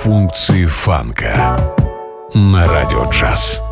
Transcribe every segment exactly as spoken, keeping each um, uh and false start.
Функции фанка на Радио Джаз.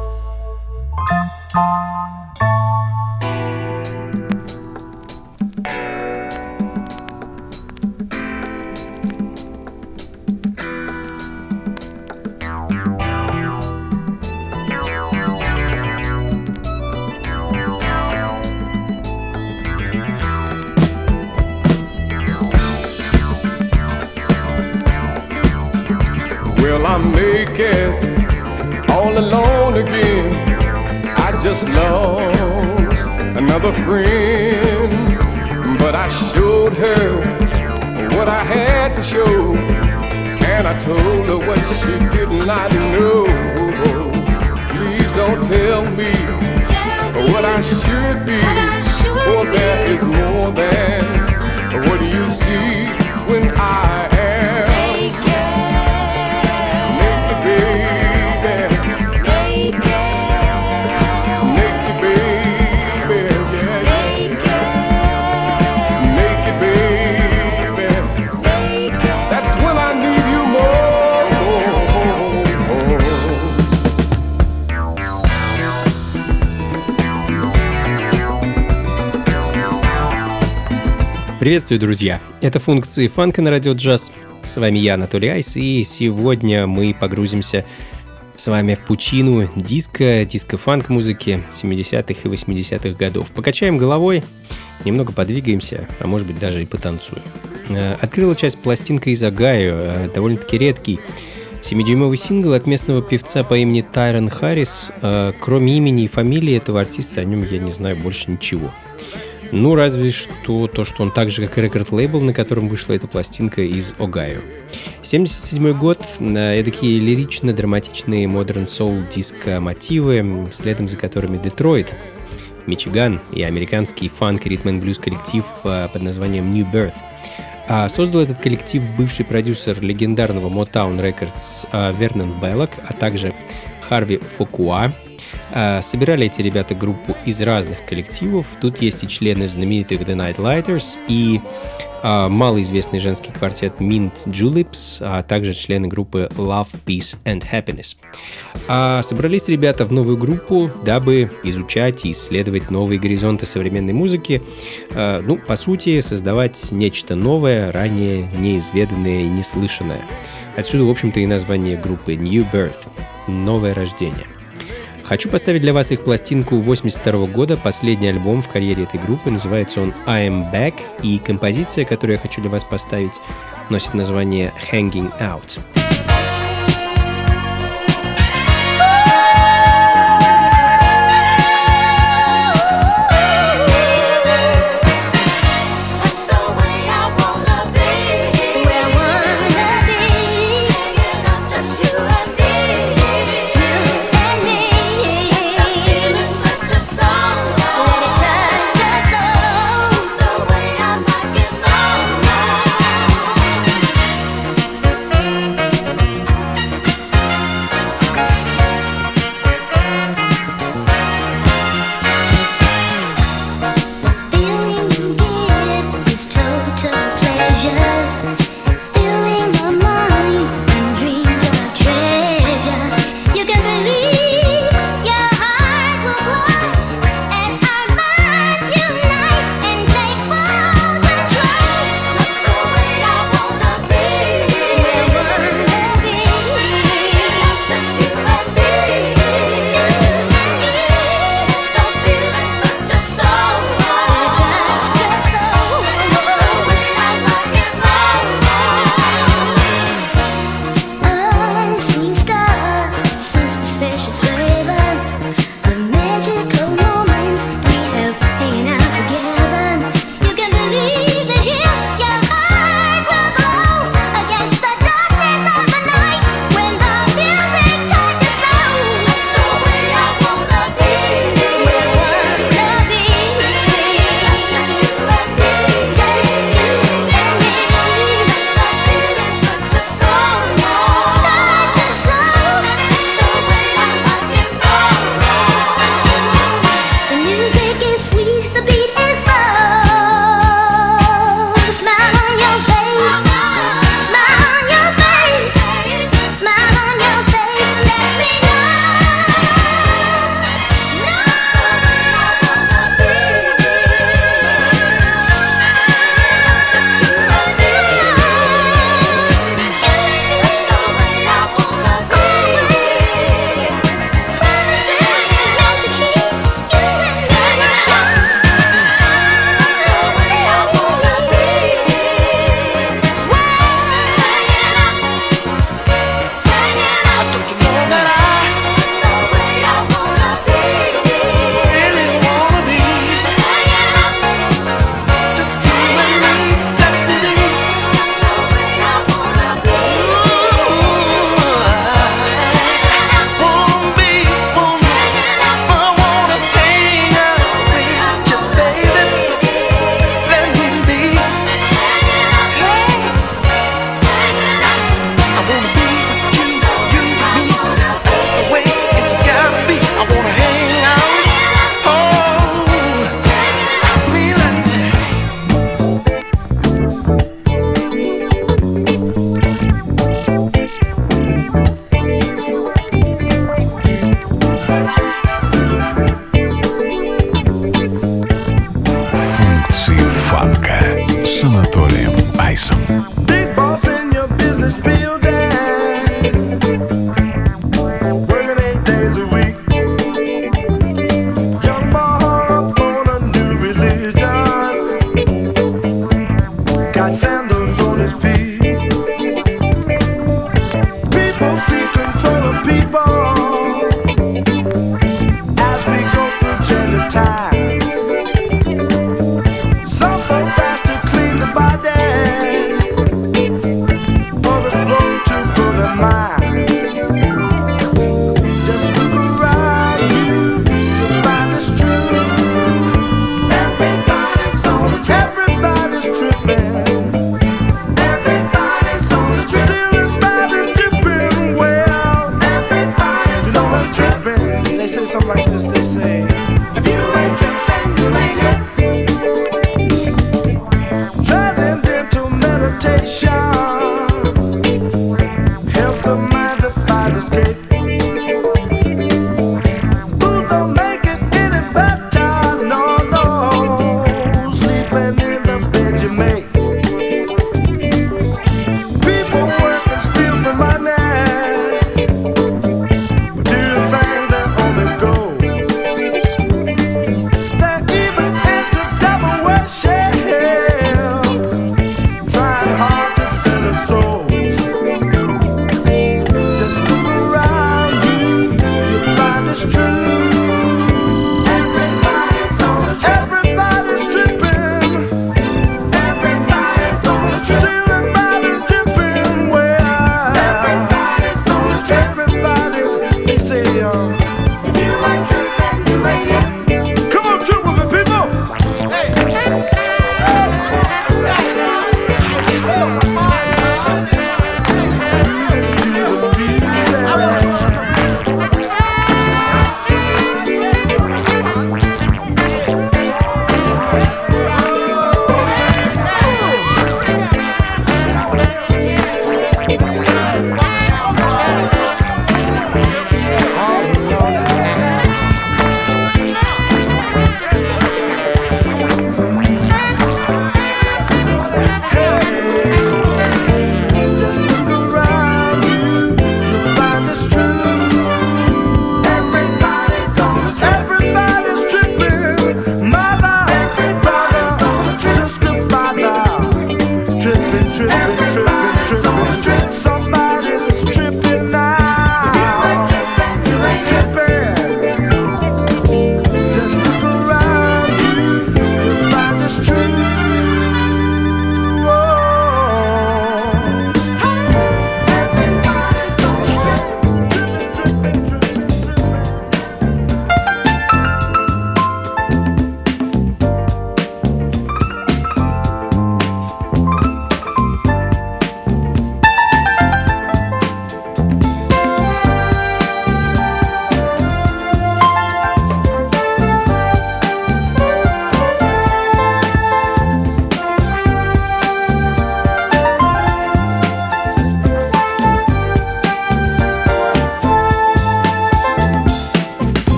Well, I'm naked, all alone again. I just lost another friend, but I showed her what I had to show, and I told her what she did not know. Please don't tell me what I should be, for there is more than what you see when I am. Приветствую, друзья! Это функции фанка на Радио Джаз. С вами я, Анатолий Айс, и сегодня мы погрузимся с вами в пучину диско, диско-фанк музыки семидесятых и восьмидесятых годов. Покачаем головой, немного подвигаемся, а может быть даже и потанцуем. Открыла часть пластинка из Огайо, довольно-таки редкий семидюймовый сингл от местного певца по имени Тайрон Харрис. Кроме имени и фамилии этого артиста, о нем я не знаю больше ничего. Ну, разве что то, что он так же, как и рекорд-лейбл, на котором вышла эта пластинка, из Огайо. семьдесят седьмой год, эдакие лирично-драматичные модерн-соул-диско-мотивы, следом за которыми Детройт, Мичиган и американский фанк-ритм-н-блюз коллектив под названием New Birth. А создал этот коллектив бывший продюсер легендарного Motown Records Вернон Беллок, а также Харви Фукуа. Собирали эти ребята группу из разных коллективов. Тут есть и члены знаменитых The Nightlighters, и а, малоизвестный женский квартет Mint Juleps, а также члены группы Love, Peace and Happiness. А собрались ребята в новую группу, дабы изучать и исследовать новые горизонты современной музыки. А, ну, по сути, создавать нечто новое, ранее неизведанное и неслышанное. Отсюда, в общем-то, и название группы New Birth — «Новое рождение». Хочу поставить для вас их пластинку восемьдесят второго года, последний альбом в карьере этой группы, называется он I Am Back, и композиция, которую я хочу для вас поставить, носит название Hanging Out. Like Анатолием Айсом.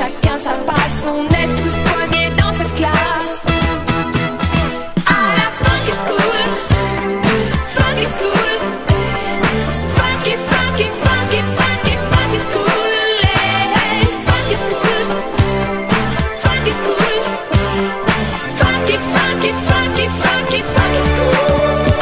chacun sa passe, on est tous premiers dans cette classe. Ah, la funky school, funky school, funky, funky, funky, funky, funky school, hey, funky school, funky school, funky, funky, funky, funky, funky school.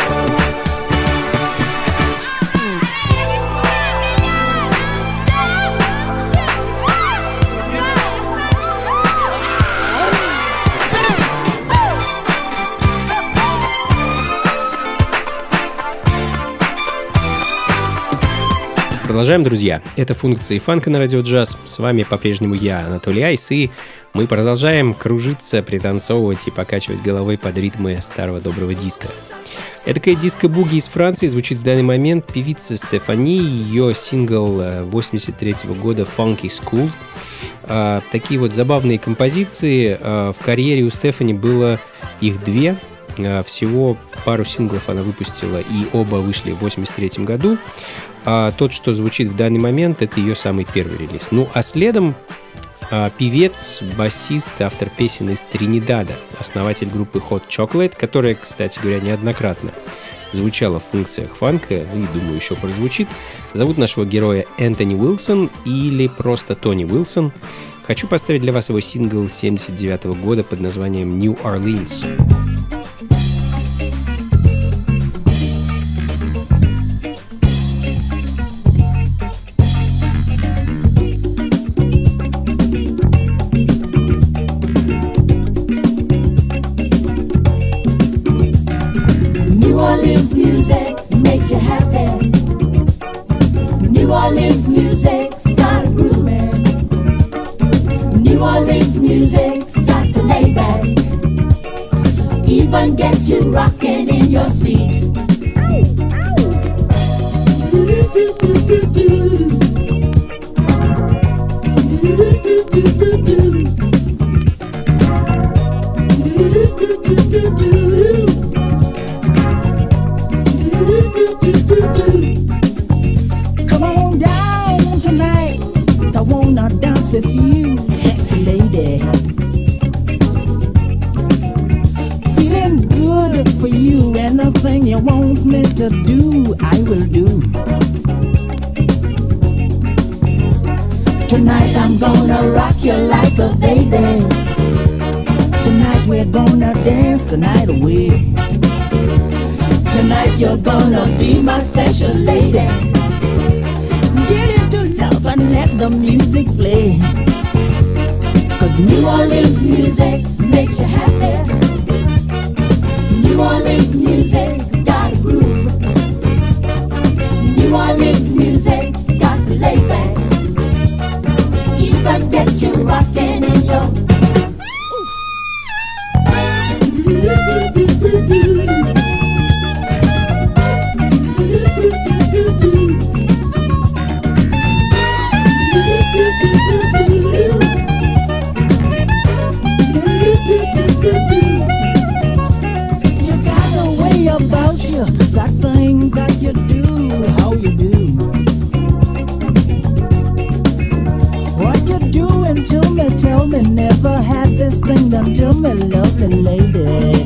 Продолжаем, друзья. Это функции фанка на радио джаз. С вами по-прежнему я, Анатолий Айс, и мы продолжаем кружиться, пританцовывать и покачивать головой под ритмы старого доброго диска. Эдакая диско-буги из Франции звучит в данный момент певица Стефани, ее сингл восемьдесят третьего года «Funky School». А, такие вот забавные композиции. А, в карьере у Стефани было их две. А, всего пару синглов она выпустила, и оба вышли в восемьдесят третьем году. А тот, что звучит в данный момент, это ее самый первый релиз. Ну, а следом а, певец, басист, автор песен из Тринидада, основатель группы Hot Chocolate, которая, кстати говоря, неоднократно звучала в функциях фанка, и, думаю, еще прозвучит. Зовут нашего героя Энтони Уилсон или просто Тони Уилсон. Хочу поставить для вас его сингл семьдесят девятого года под названием New Orleans. New Orleans music's got a groove. New Orleans music's got to lay back, even get you rocking in your seat. Come on down tonight, I wanna dance with you, sexy lady. Feeling good for you, anything you want me to do, I will do. Tonight I'm gonna rock you like a baby. Tonight we're gonna dance the night away. Tonight you're gonna be my special lady. Get into love and let the music play, 'cause New Orleans music makes you happy. New Orleans music's got a groove. New Orleans music's got to lay back, even get you rocking in your you got a way about you, that thing that you do, how you do. What you doing to me, tell me, never had this thing done to me, lovely lady.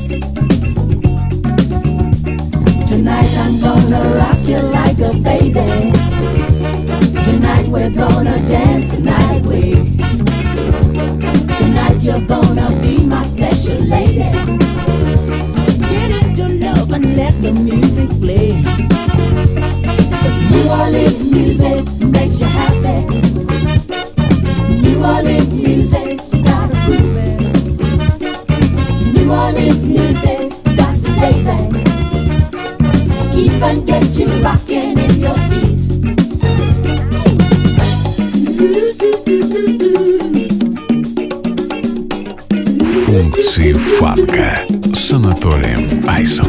Tonight I'm gonna rock you like a baby. Tonight we're gonna dance the night away. Tonight you're gonna be my special lady. Get into love and let the music play, 'cause New Orleans music makes you happy. New Orleans music's got a groove. New Orleans music's got to lay back, even get you rocking in your seat. Функции фанка с Анатолием Айсом.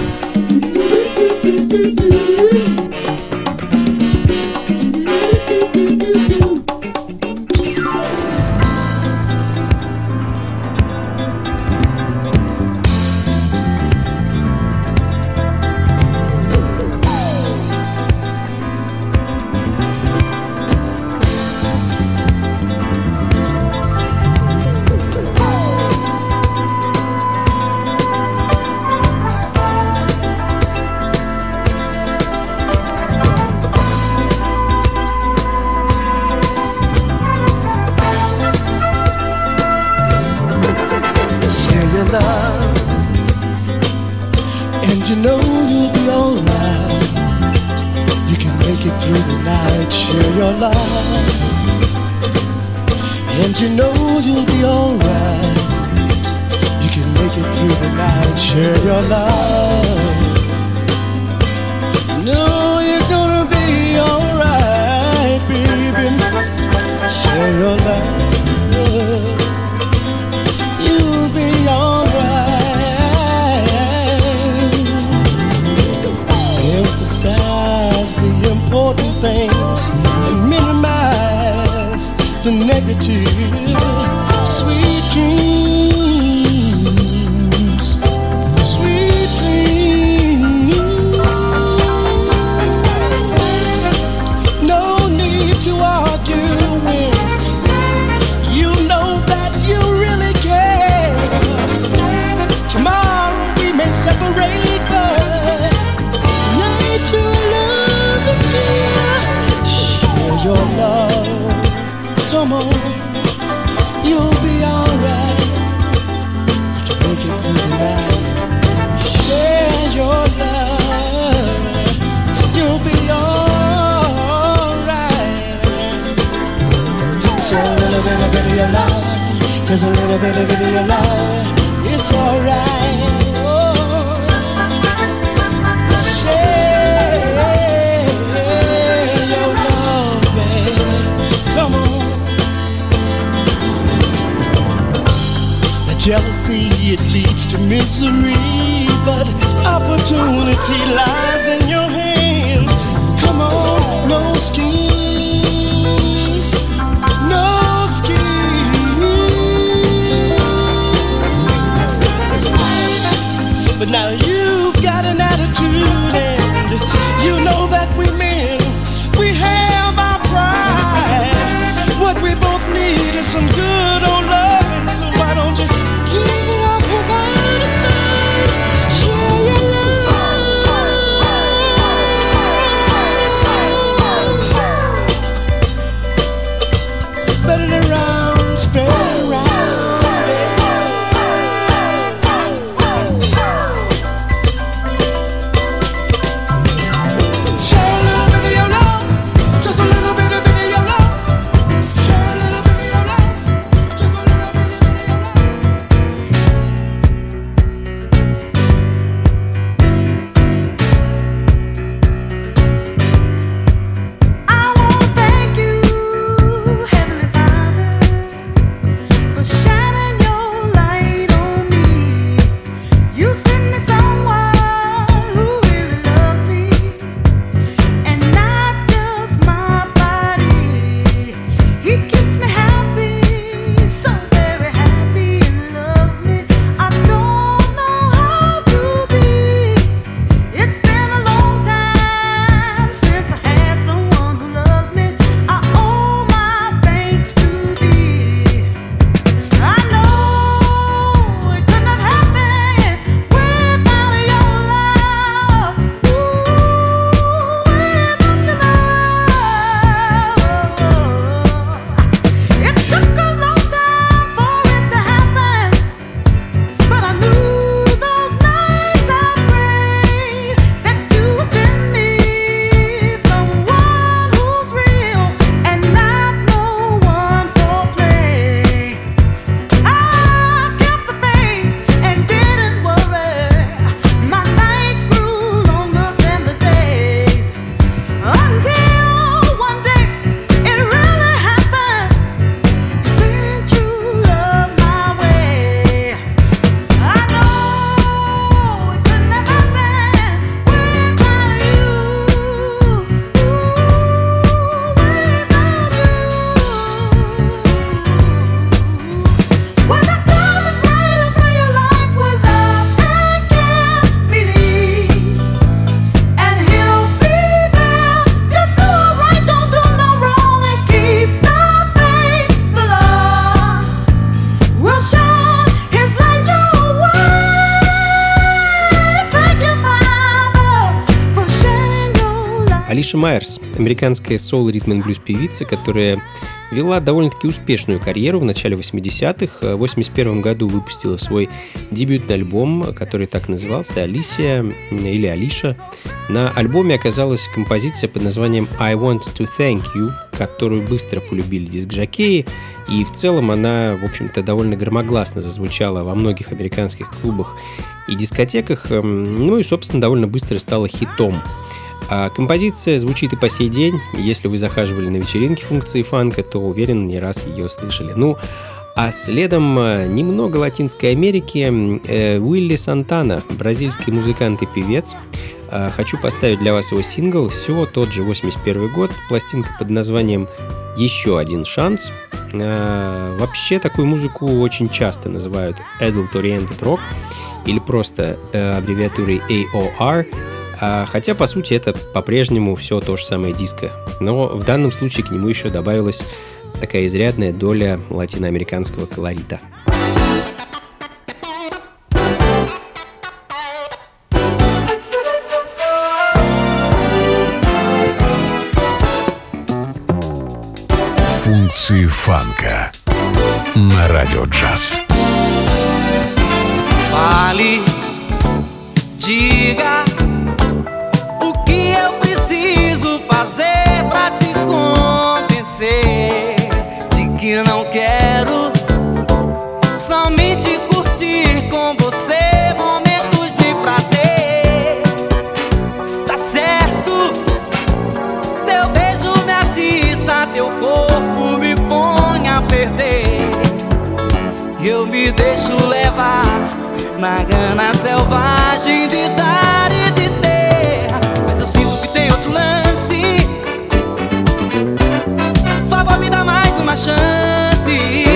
you know you'll be alright. You can make it through the night, share your life. And you know you'll be alright. You can make it through the night, share your life. No, you're gonna be alright, baby. Share your life. You'll be alright. Emphasize the important things and minimize the negative. Sweet dreams, sweet dreams. No need to argue when you know that you really care. Tomorrow we may separate, but tonight your love is here. Share your love. Come on, you'll be alright. You can make it through the night. Share your love. You'll be alright. Share a little bit of your love. Just a little bit of your love. It's alright. Oh. Share your love, baby. Come on. Jealousy, it leads to misery, but opportunity lies in your hands. Come on, no schemes, no schemes. But now you've got an attitude, and you know that we men, we have our pride. What we both need is some good old loving, so why don't you give it up without a fight? Share your love. Spread it around, spread it around, baby. Share a little bit of your love, just a little bit of your love. Share a little bit of your love, just a little bit of your I want to thank you, Heavenly Father, for shining your light on me. You sent me someone who really loves me, and not just my body. He keeps me happy, so very happy, and loves me. I don't know how to be. It's been a long time since I had someone who loves me. I owe my thanks to thee. I know it couldn't have happened without your love. Ooh, without your love. It took a long time for it to happen, but I knew those nights I prayed that you would send me someone who's real and not no one for play. I kept the faith and didn't worry. My nights grew longer than the days, until one day it really happened. You sent true love my way. I know it couldn't have happened without you. Ooh, without you. When the time is right, I'll play your life with love and care, believe, and he'll be there. Just do it right, don't do no wrong, and keep the faith. The Lord will shine His light your way. Thank you, Father, for shining your light. Алиша Майерс, американская соул, ритм н блюз певица, которая вела довольно-таки успешную карьеру в начале восьмидесятых. В восемьдесят первом году выпустила свой дебютный альбом, который так и назывался, «Алисия» или «Алиша». На альбоме оказалась композиция под названием «I Want to Thank You», которую быстро полюбили диск-жокеи, и в целом она, в общем-то, довольно громогласно зазвучала во многих американских клубах и дискотеках, ну и, собственно, довольно быстро стала хитом. А композиция звучит и по сей день. Если вы захаживали на вечеринки функции фанка, то, уверен, не раз ее слышали. Ну, а следом немного Латинской Америки. Уилли Сантана, бразильский музыкант и певец. Хочу поставить для вас его сингл. Все тот же восемьдесят первый год. Пластинка под названием «Еще один шанс». Вообще такую музыку очень часто называют Adult Oriented Rock или просто аббревиатурой эй о ар. Хотя, по сути, это по-прежнему все то же самое диско. Но в данном случае к нему еще добавилась такая изрядная доля латиноамериканского колорита. Функции фанка на радио джаз. Fale, diga o que eu preciso fazer pra te convencer de que não quero somente curtir com você momentos de prazer. Está certo, teu beijo me atiça, teu corpo me põe a perder. E eu me deixo levar na gana selvagem de dar e de ter. Mas eu sinto que tem outro lance. Por favor, me dá mais uma chance.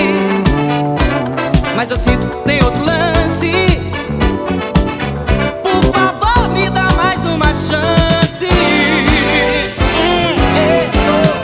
Mas eu sinto que tem outro lance. Por favor, me dá mais uma chance. Hum, eh, oh.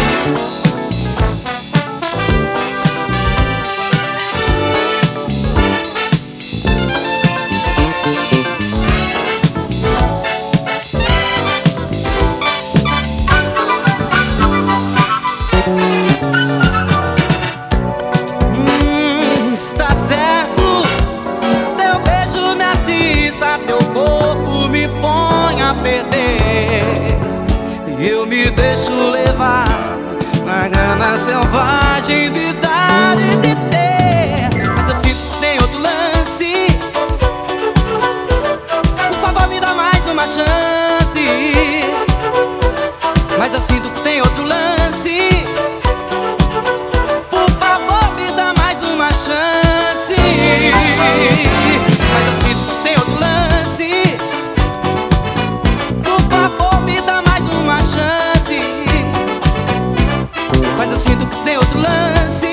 Eu me deixo levar na gana selvagem de dar e de ter. Mas eu sinto que tem outro lance. Por favor, me dá mais uma chance. Mas eu sinto que tem outro lance. Por favor, me dá mais uma chance. Mas eu sinto que tem outro lance. Por favor, me dá mais uma chance. Mas eu sinto que tem outro lance.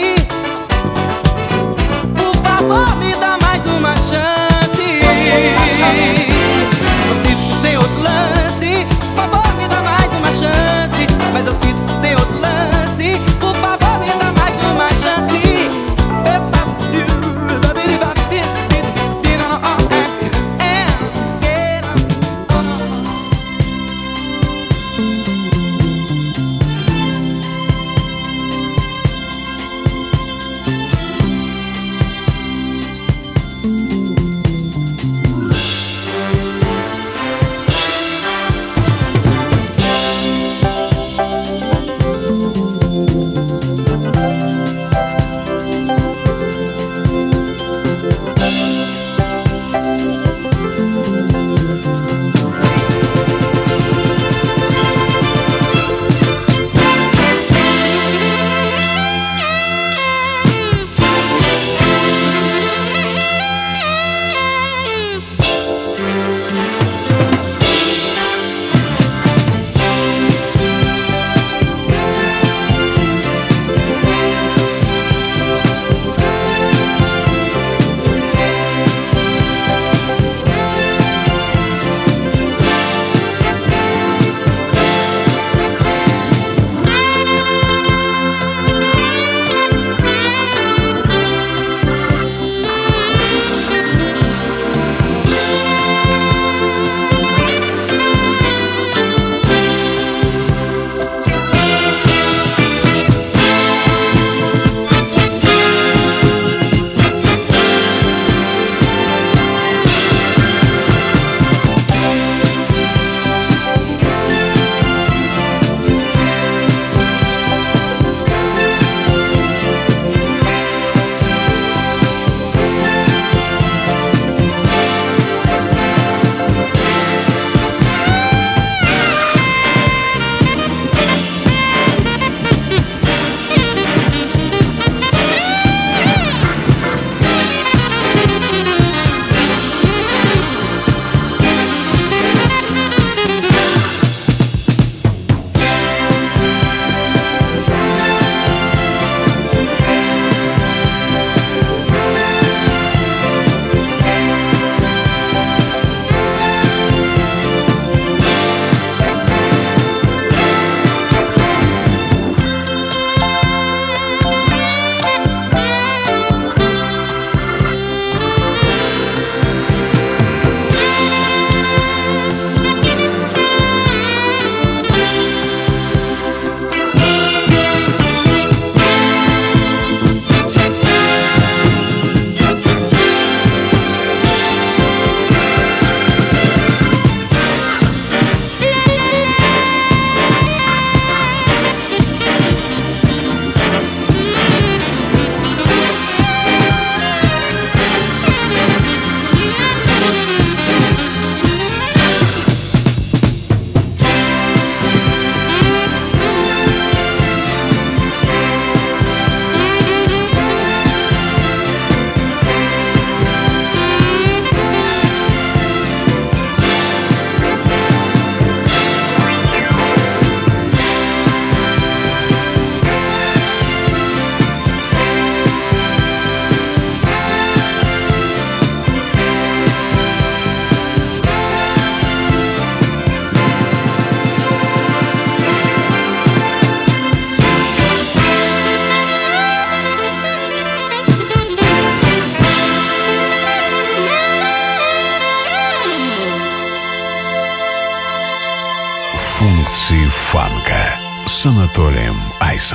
фанка с Анатолием Айсом.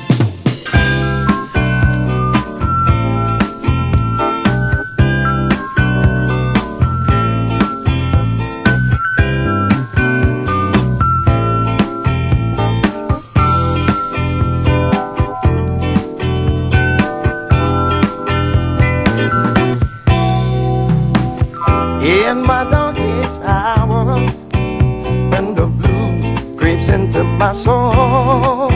In my darkest hour, when the blue creeps into my soul,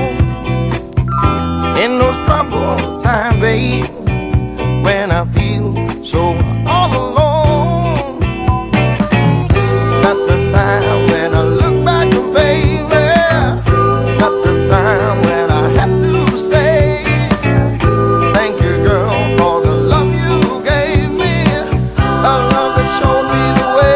in those troubled times, babe, when I feel so all alone, that's the time when I look back, baby, that's the time when I have to say thank you, girl, for the love you gave me, a love that showed me the way.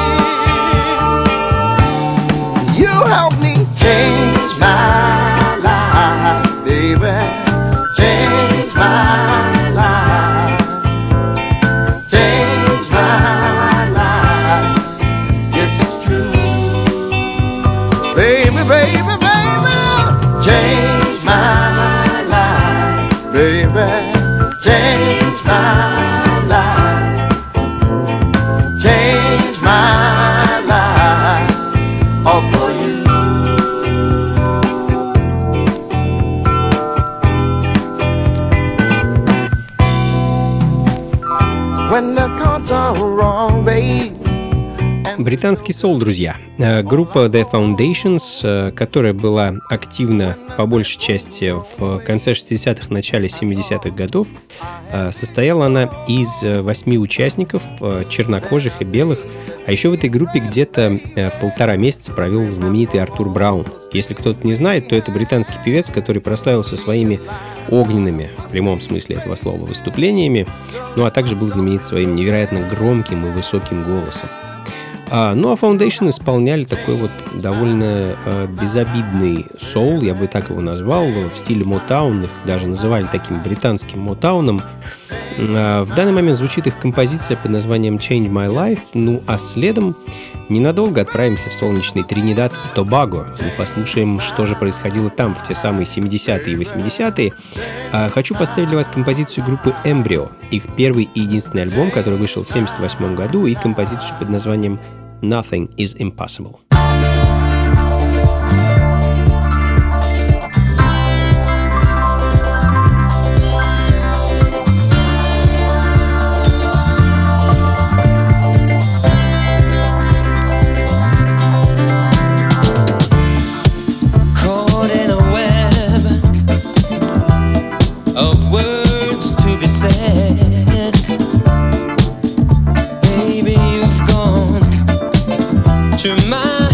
You helped me change my life, baby, change my life, change my life. Yes, it's true, baby, baby, baby, change my life, baby, change my life, change my life, all for you. When the cards are wrong, babe. Британский соул, друзья. Э, Группа The Foundations, э, которая была активна по большей части в конце шестидесятых, начале семидесятых годов, э, состояла она из э, восьми участников, э, чернокожих и белых. А еще в этой группе где-то э, полтора месяца провел знаменитый Артур Браун. Если кто-то не знает, то это британский певец, который прославился своими огненными, в прямом смысле этого слова, выступлениями, ну а также был знаменит своим невероятно громким и высоким голосом. А, ну а Foundation исполняли такой вот довольно э, безобидный соул, я бы так его назвал, в стиле Motown, их даже называли таким британским Motown'ом. А, в данный момент звучит их композиция под названием Change My Life, ну а следом ненадолго отправимся в солнечный Тринидад и Тобаго и послушаем, что же происходило там в те самые семидесятые и восьмидесятые. А, хочу поставить для вас композицию группы Embryo, их первый и единственный альбом, который вышел в семьдесят восьмом году, и композицию под названием Nothing is Impossible. Caught in a web of words to be said, baby, you've gone to my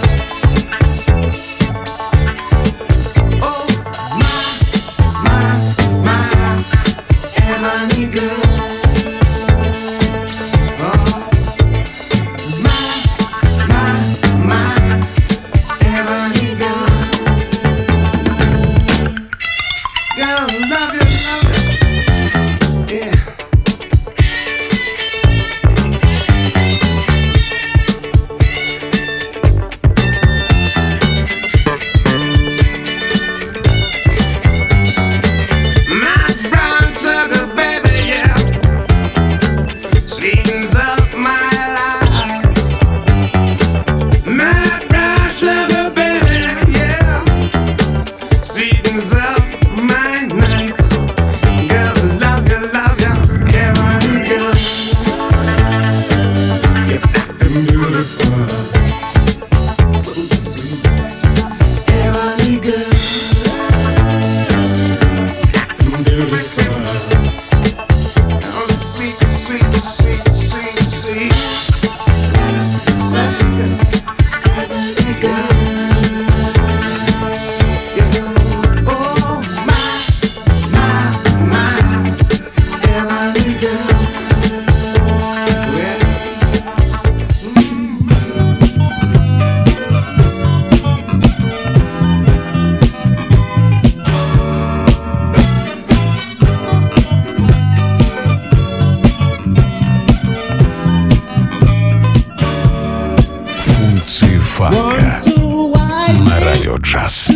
фанка на радио джаз.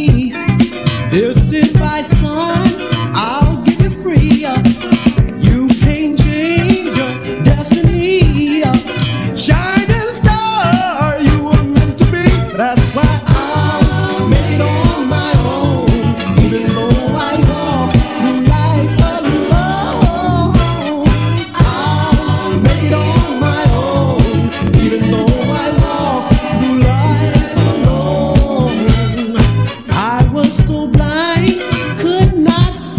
This advice, son, I'll give you free. You can't change your destiny. Shining star, you were meant to be. That's why I'll make it on my own. Even though I walk through life alone, I'll make it on my own. Even though I walk through life alone, I was so blind, could not see.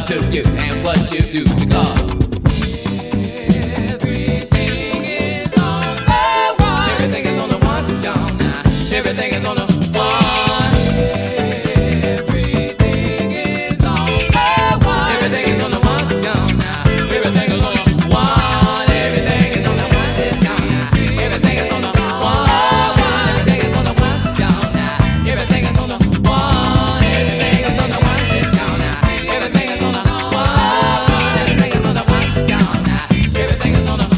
to you and what you do because everything is on the one. Everything is on the one, Sean. Everything is on the one. Everything is on the one. Everything is on the one, Sean. Everything is on the one. Everything is on the one, Sean. Everything is on the one. Everything is on the one, Sean. Everything is on the one. Everything is on the one, Sean. Everything is on the one. Everything is on the one, Sean. Everything is on the one.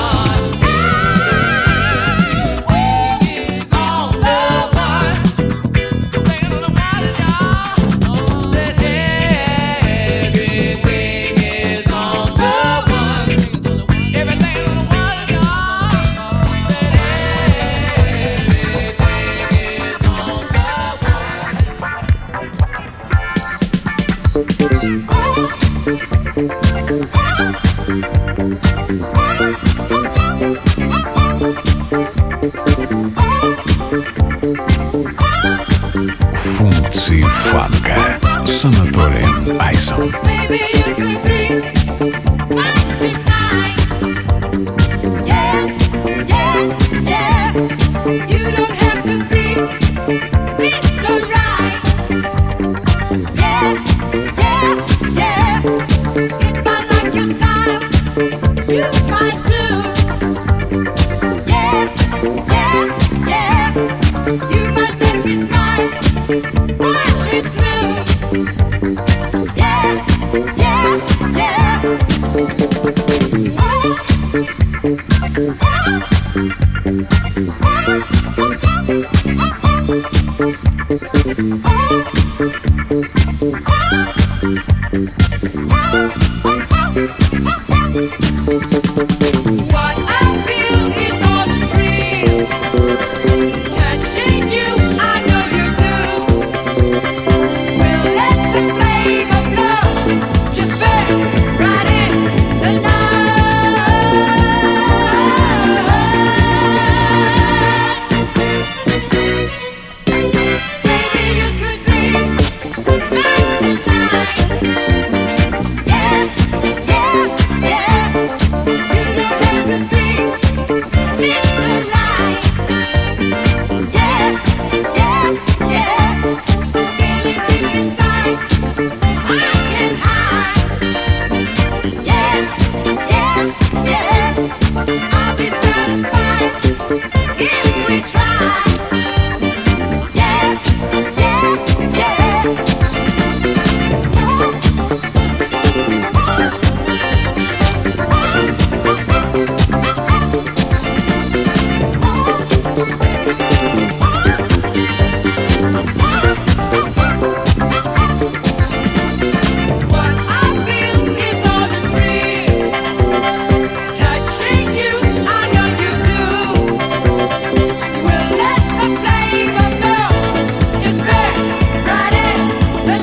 Функции фанка с Анатолием Айсом. Maybe you could be mine tonight. Yeah, yeah, yeah. You don't have to be Mister Right. Yeah, yeah, yeah. If I like your style, you might do. Yeah, yeah, yeah. You might make me smile while it's new. Yeah, yeah, yeah. What I feel is all that's real. Touching you, I know you do. We'll let the flame of love just burn right in the night. Maybe you could be mine tonight. Yeah, yeah, yeah. You don't have to be Mister Right. Yeah, yeah, yeah. Feelings deep inside, I can hide. Yeah, yeah, yeah. I'll be satisfied if we try. Yeah, yeah, yeah. What I feel is all that's real. Touching you, I know you do. We'll let the flame of love just burn right in the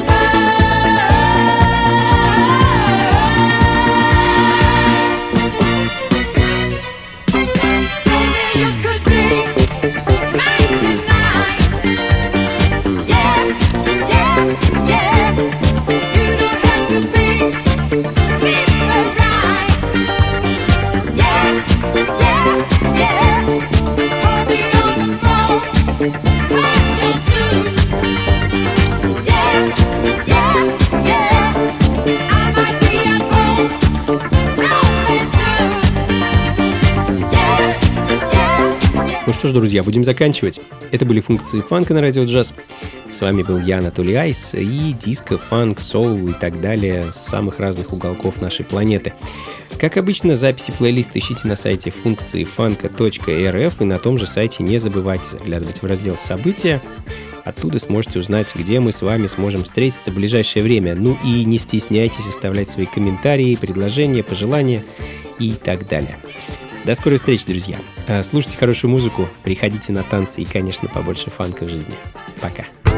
night. Maybe you could be mine tonight. Yeah, yeah, yeah. You don't have to be Mister Right. Yeah, yeah, yeah. Hold me on the phone like you're blue. Yeah, yeah, yeah. I might be at home, lonely too. Yeah, yeah, yeah. Ну что ж, друзья, будем заканчивать. Это были функции фанка на Радио Джаз. С вами был я, Анатолий Айс, и диско, фанк, соул и так далее с самых разных уголков нашей планеты. Как обычно, записи плейлиста ищите на сайте функции фанка точка эр эф, и на том же сайте не забывайте заглядывать в раздел «События». Оттуда сможете узнать, где мы с вами сможем встретиться в ближайшее время. Ну и не стесняйтесь оставлять свои комментарии, предложения, пожелания и так далее. До скорой встречи, друзья. Слушайте хорошую музыку, приходите на танцы и, конечно, побольше фанка в жизни. Пока.